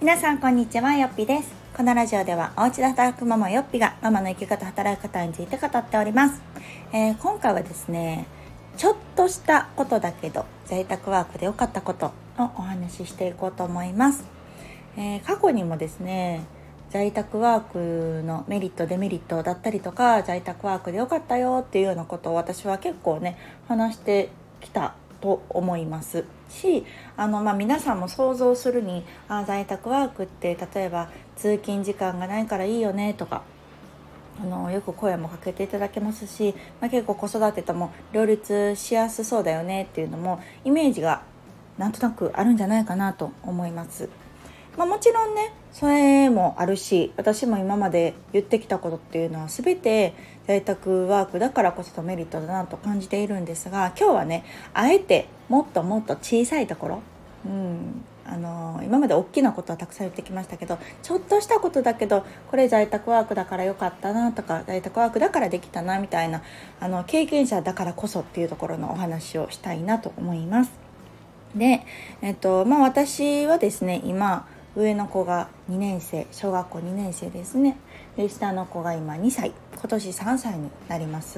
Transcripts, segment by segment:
皆さんこんにちは、よっぴです。このラジオではお家で働くママよっぴがママの生き方、働き方について語っております。今回はですね、ちょっとしたことだけど在宅ワークで良かったことのお話ししていこうと思います。過去にもですね、在宅ワークのメリットデメリットだったりとか、在宅ワークで良かったよっていうようなことを私は結構ね話してきたと思いますし、皆さんも想像するに、在宅ワークって例えば通勤時間がないからいいよねとか、よく声もかけていただけますし、結構子育てとも両立しやすそうだよねっていうのもイメージがなんとなくあるんじゃないかなと思います。もちろんねそれもあるし、私も今まで言ってきたことっていうのは全て在宅ワークだからこそメリットだなと感じているんですが、今日はねあえてもっともっと小さいところ、今まで大きなことはたくさん言ってきましたけど、ちょっとしたことだけどこれ在宅ワークだからよかったなとか、在宅ワークだからできたなみたいな、経験者だからこそっていうところのお話をしたいなと思います。で、私はですね、今上の子が2年生、小学校2年生ですね。で、下の子が今2歳、今年3歳になります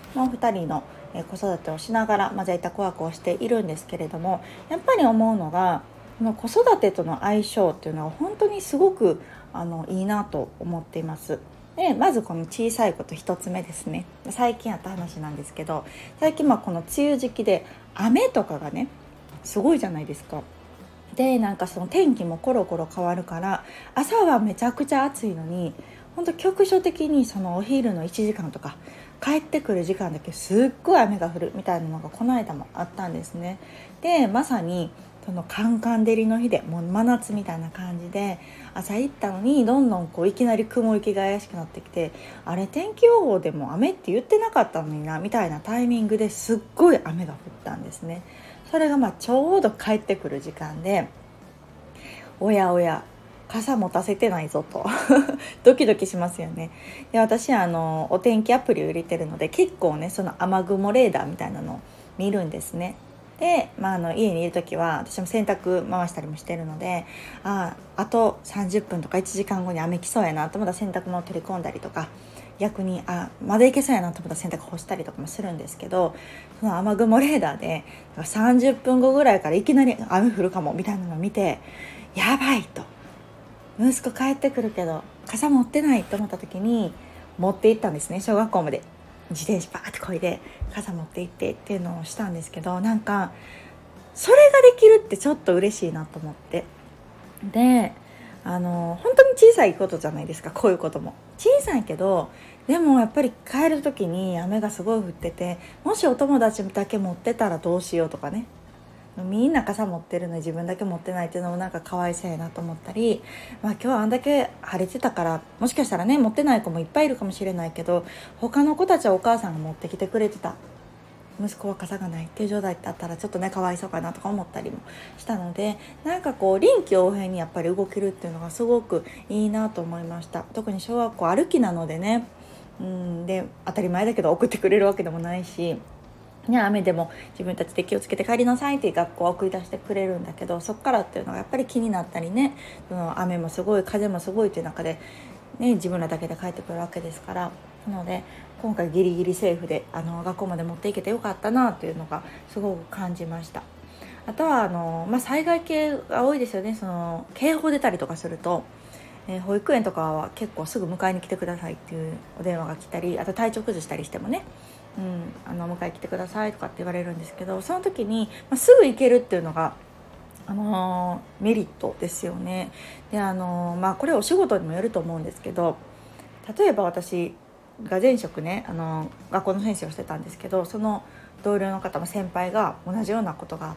。2人の子育てをしながら、在宅ワークをしているんですけれども、やっぱり思うのが、この子育てとの相性っていうのは本当にすごくいいなと思っています。で、まずこの小さいこと一つ目ですね。最近あった話なんですけど、最近この梅雨時期で雨とかがねすごいじゃないですか。で、その天気もコロコロ変わるから、朝はめちゃくちゃ暑いのに、本当局所的にそのお昼の1時間とか帰ってくる時間だけすっごい雨が降るみたいなのがこの間もあったんですね。で、まさにそのカンカン照りの日で、もう真夏みたいな感じで朝行ったのに、どんどんいきなり雲行きが怪しくなってきて、あれ天気予報でも雨って言ってなかったのになみたいなタイミングですっごい雨が降ったんですね。それがちょうど帰ってくる時間で、おやおや傘持たせてないぞとドキドキしますよね。で、私お天気アプリを入れてるので、結構ねその雨雲レーダーみたいなのを見るんですね。で、家にいる時は私も洗濯回したりもしてるので、あと30分とか1時間後に雨来そうやなと思ったら洗濯物を取り込んだりとか、逆にまだいけそうやなと思ったら洗濯干したりとかもするんですけど、その雨雲レーダーで30分後ぐらいからいきなり雨降るかもみたいなのを見て、やばいと、息子帰ってくるけど傘持ってないと思った時に持って行ったんですね。小学校まで自転車バーってこいで傘持って行ってっていうのをしたんですけど、それができるってちょっと嬉しいなと思って。で、本当に小さいことじゃないですか。こういうことも小さいけど、でもやっぱり帰る時に雨がすごい降ってて、もしお友達だけ持ってたらどうしようとかね、みんな傘持ってるのに自分だけ持ってないっていうのもかわいそうやなと思ったり、今日はあんだけ晴れてたからもしかしたらね持ってない子もいっぱいいるかもしれないけど、他の子たちはお母さんが持ってきてくれてた、息子は傘がないっていう状態だったらちょっとねかわいそうかなとか思ったりもしたので、臨機応変にやっぱり動けるっていうのがすごくいいなと思いました。特に小学校歩きなのでね、で当たり前だけど送ってくれるわけでもないし、雨でも自分たちで気をつけて帰りなさいって学校は送り出してくれるんだけど、そっからっていうのがやっぱり気になったりね、その雨もすごい風もすごいという中で、自分らだけで帰ってくるわけですから、なので今回ギリギリセーフで学校まで持っていけてよかったなというのがすごく感じました。あとは災害系が多いですよね。その警報出たりとかすると、保育園とかは結構すぐ迎えに来てくださいっていうお電話が来たり、あと体調崩したりしてもね、迎え来てくださいとかって言われるんですけど、その時に、すぐ行けるっていうのが、メリットですよね。で、これお仕事にもよると思うんですけど、例えば私が前職ね学校の先生をしてたんですけど、その同僚の方の先輩が同じようなことがあって、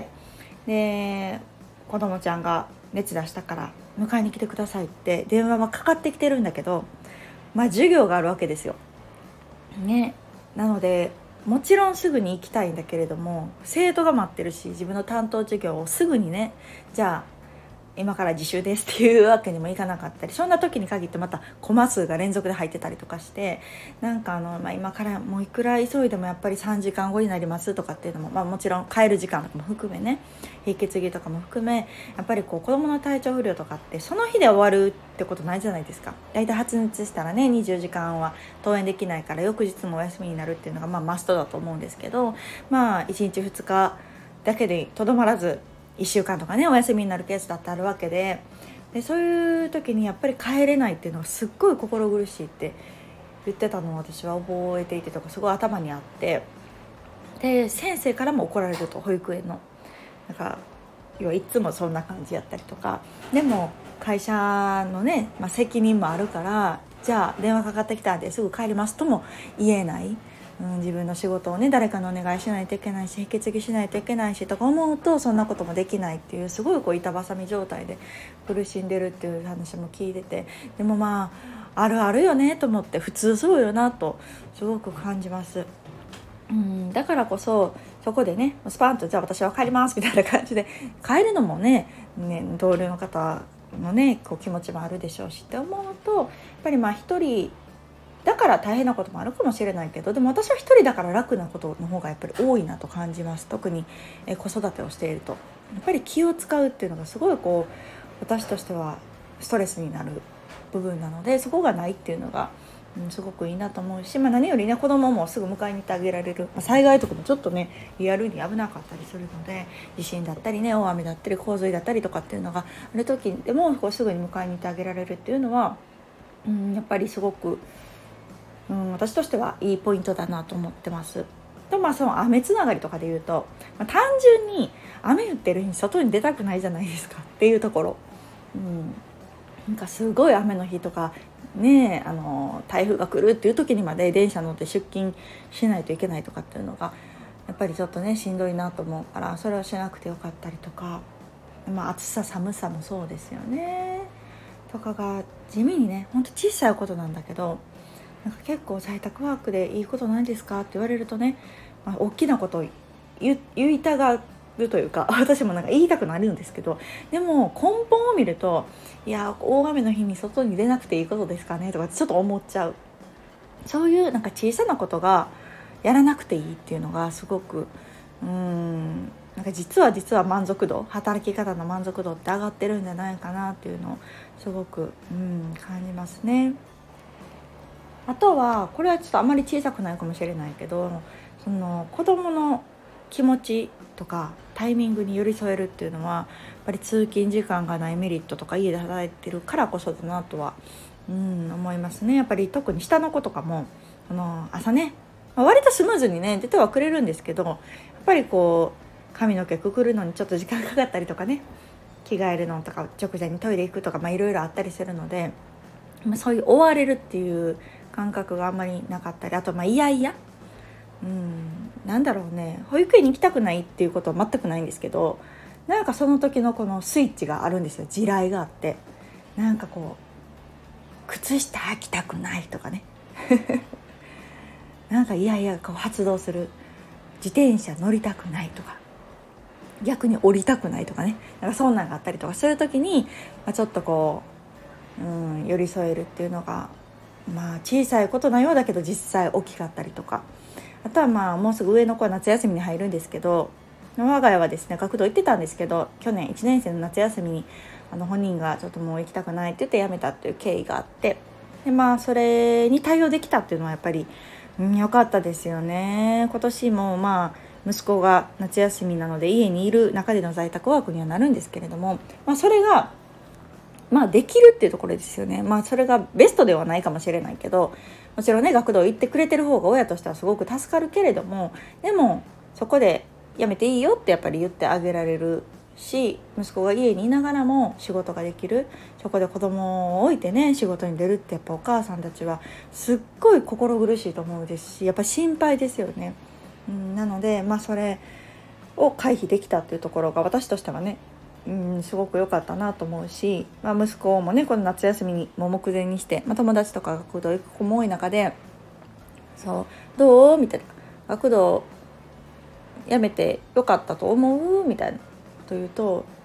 で子供ちゃんが熱出したから迎えに来てくださいって電話はかかってきてるんだけど、授業があるわけですよね。なのでもちろんすぐに行きたいんだけれども、生徒が待ってるし、自分の担当授業をすぐにね、じゃあ今から自習ですっていうわけにもいかなかったり、そんな時に限ってまたコマ数が連続で入ってたりとかして、なんか今からもういくら急いでもやっぱり3時間後になりますとかっていうのも、もちろん帰る時間とかも含めね、引き継ぎとかも含め、やっぱり子供の体調不良とかってその日で終わるってことないじゃないですか。だいたい発熱したらね20時間は登園できないから翌日もお休みになるっていうのがマストだと思うんですけど、1日2日だけでとどまらず1週間とかねお休みになるケースだってあるわけで、そういう時にやっぱり帰れないっていうのがすっごい心苦しいって言ってたのを私は覚えていてとかすごい頭にあって、で先生からも怒られると、保育園のなんか要はいつもそんな感じやったりとか、でも会社のね、責任もあるから、じゃあ電話かかってきたんですぐ帰りますとも言えない、自分の仕事をね誰かにお願いしないといけないし引き継ぎしないといけないしとか思うと、そんなこともできないっていうすごい板挟み状態で苦しんでるっていう話も聞いてて、でもあるあるよねと思って、普通そうよなとすごく感じます。だからこそそこでねスパンとじゃあ私は帰りますみたいな感じで帰るのもね同僚の方のねこう気持ちもあるでしょうしって思うと、やっぱり一人だから大変なこともあるかもしれないけど、でも私は一人だから楽なことの方がやっぱり多いなと感じます。特に子育てをしているとやっぱり気を使うっていうのがすごい私としてはストレスになる部分なので、そこがないっていうのがすごくいいなと思うし、何よりね子供もすぐ迎えに行ってあげられる、災害とかもちょっとねリアルに危なかったりするので、地震だったりね大雨だったり洪水だったりとかっていうのがある時でもすぐに迎えに行ってあげられるっていうのは、やっぱりすごく、私としてはいいポイントだなと思ってます。でもその雨つながりとかで言うと、単純に雨降ってる日に外に出たくないじゃないですかっていうところ、なんかすごい雨の日とかね、台風が来るっていう時にまで電車乗って出勤しないといけないとかっていうのがやっぱりちょっとねしんどいなと思うから、それはしなくてよかったりとか、暑さ寒さもそうですよねとかが地味にねほんと小さいことなんだけど、なんか結構在宅ワークでいいことないですかって言われるとね、大きなことを言いたがるというか私もなんか言いたくなるんですけど、でも根本を見ると、いや大雨の日に外に出なくていいことですかねとかちょっと思っちゃう。そういうなんか小さなことがやらなくていいっていうのがすごくなんか実は満足度、働き方の満足度って上がってるんじゃないかなっていうのをすごく感じますね。あとはこれはちょっとあまり小さくないかもしれないけど、その子供の気持ちとかタイミングに寄り添えるっていうのはやっぱり通勤時間がないメリットとか家で働いてるからこそだなとは思いますね。やっぱり特に下の子とかも朝ね、割とスムーズにね出てはくれるんですけど、やっぱり髪の毛くくるのにちょっと時間かかったりとかね、着替えるのとか直前にトイレ行くとかいろいろあったりするので、そういう追われるっていう感覚があんまりなかったり、あといやいやなんだろうね、保育園に行きたくないっていうことは全くないんですけど、なんかその時のこのスイッチがあるんですよ。地雷があって、なんか靴下履きたくないとかねなんかいやいや発動する、自転車乗りたくないとか逆に降りたくないとかね、なんかそんなんがあったりとかする時に、ちょっと寄り添えるっていうのが小さいことのようだけど実際大きかったりとか、あとはもうすぐ上の子は夏休みに入るんですけど、我が家はですね学童行ってたんですけど、去年1年生の夏休みに本人がちょっともう行きたくないって言って辞めたっていう経緯があって、でそれに対応できたっていうのはやっぱり良かったですよね。今年も息子が夏休みなので家にいる中での在宅ワークにはなるんですけれども、それができるっていうところですよね。それがベストではないかもしれないけど、もちろんね学童行ってくれてる方が親としてはすごく助かるけれども、でもそこでやめていいよってやっぱり言ってあげられるし、息子が家にいながらも仕事ができる、そこで子供を置いてね仕事に出るってやっぱお母さんたちはすっごい心苦しいと思うですし、やっぱ心配ですよね。なのでそれを回避できたっていうところが私としてはねすごく良かったなと思うし、息子もねこの夏休みにも目前にして、友達とか学童行く子も多い中で、そうどうみたいな、学童やめてよかったと思うみたいなと言うと、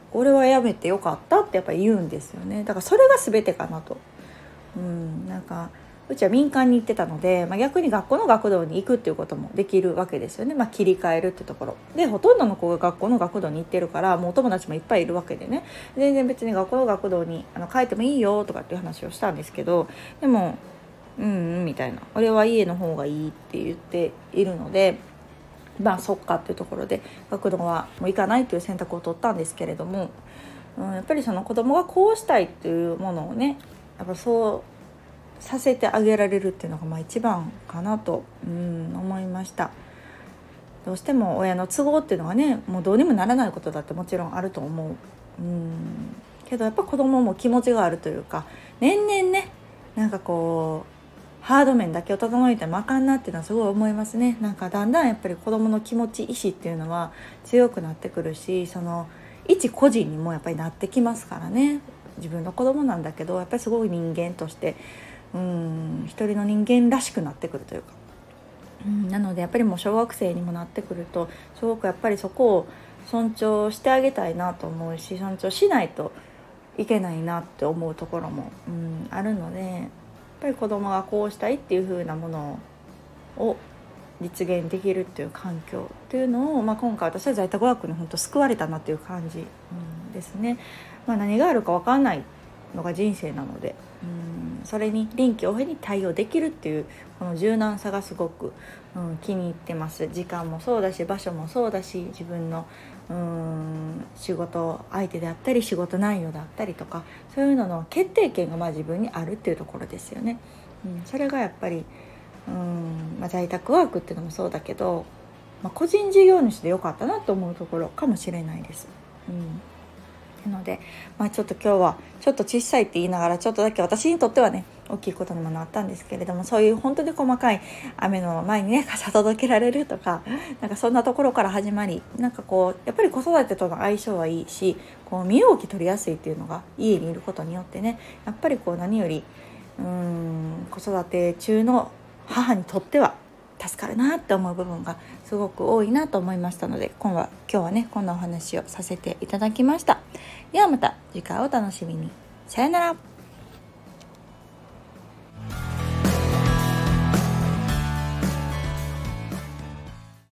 俺は辞めてよかったってやっぱり言うんですよね。だからそれが全てかなと。なんかうちは民間に行ってたので、逆に学校の学童に行くっていうこともできるわけですよね。切り替えるってところで、ほとんどの子が学校の学童に行ってるから、もうお友達もいっぱいいるわけでね、全然別に学校の学童に帰ってもいいよとかっていう話をしたんですけど、でもみたいな、俺は家の方がいいって言っているので、そっかっていうところで学童はもう行かないという選択を取ったんですけれども、やっぱりその子供がこうしたいっていうものをね、やっぱそうさせてあげられるっていうのが一番かなと思いました。どうしても親の都合っていうのはね、もうどうにもならないことだってもちろんあると思う。けどやっぱ子供も気持ちがあるというか、年々ね、なんかこうハード面だけを整えてもあかんなっていうのはすごい思いますね。なんかだんだんやっぱり子供の気持ち意志っていうのは強くなってくるし、その一個人にもやっぱりなってきますからね。自分の子供なんだけど、やっぱりすごい人間として一人の人間らしくなってくるというか、なのでやっぱりもう小学生にもなってくると、すごくやっぱりそこを尊重してあげたいなと思うし、尊重しないといけないなって思うところも、あるので、やっぱり子供がこうしたいっていう風なものを実現できるっていう環境っていうのを、今回私は在宅ワークに本当救われたなっていう感じ、ですね。何があるか分かんないのが人生なので、それに臨機応変に対応できるっていうこの柔軟さがすごく、気に入ってます。時間もそうだし、場所もそうだし、自分の仕事相手であったり仕事内容だったりとか、そういうのの決定権が自分にあるっていうところですよね。それがやっぱり在宅ワークっていうのもそうだけど、個人事業主でよかったなと思うところかもしれないです。なので、ちょっと今日はちょっと小さいって言いながら、ちょっとだけ私にとってはね大きいことにもなったんですけれども、そういう本当に細かい雨の前にね傘届けられるとか、なんかそんなところから始まり、なんかこうやっぱり子育てとの相性はいいし、こう身動き取りやすいっていうのが家にいることによってね、やっぱりこう何より子育て中の母にとっては助かるなって思う部分がすごく多いなと思いましたので、今日はねこんなお話をさせていただきました。ではまた次回お楽しみに。さよなら。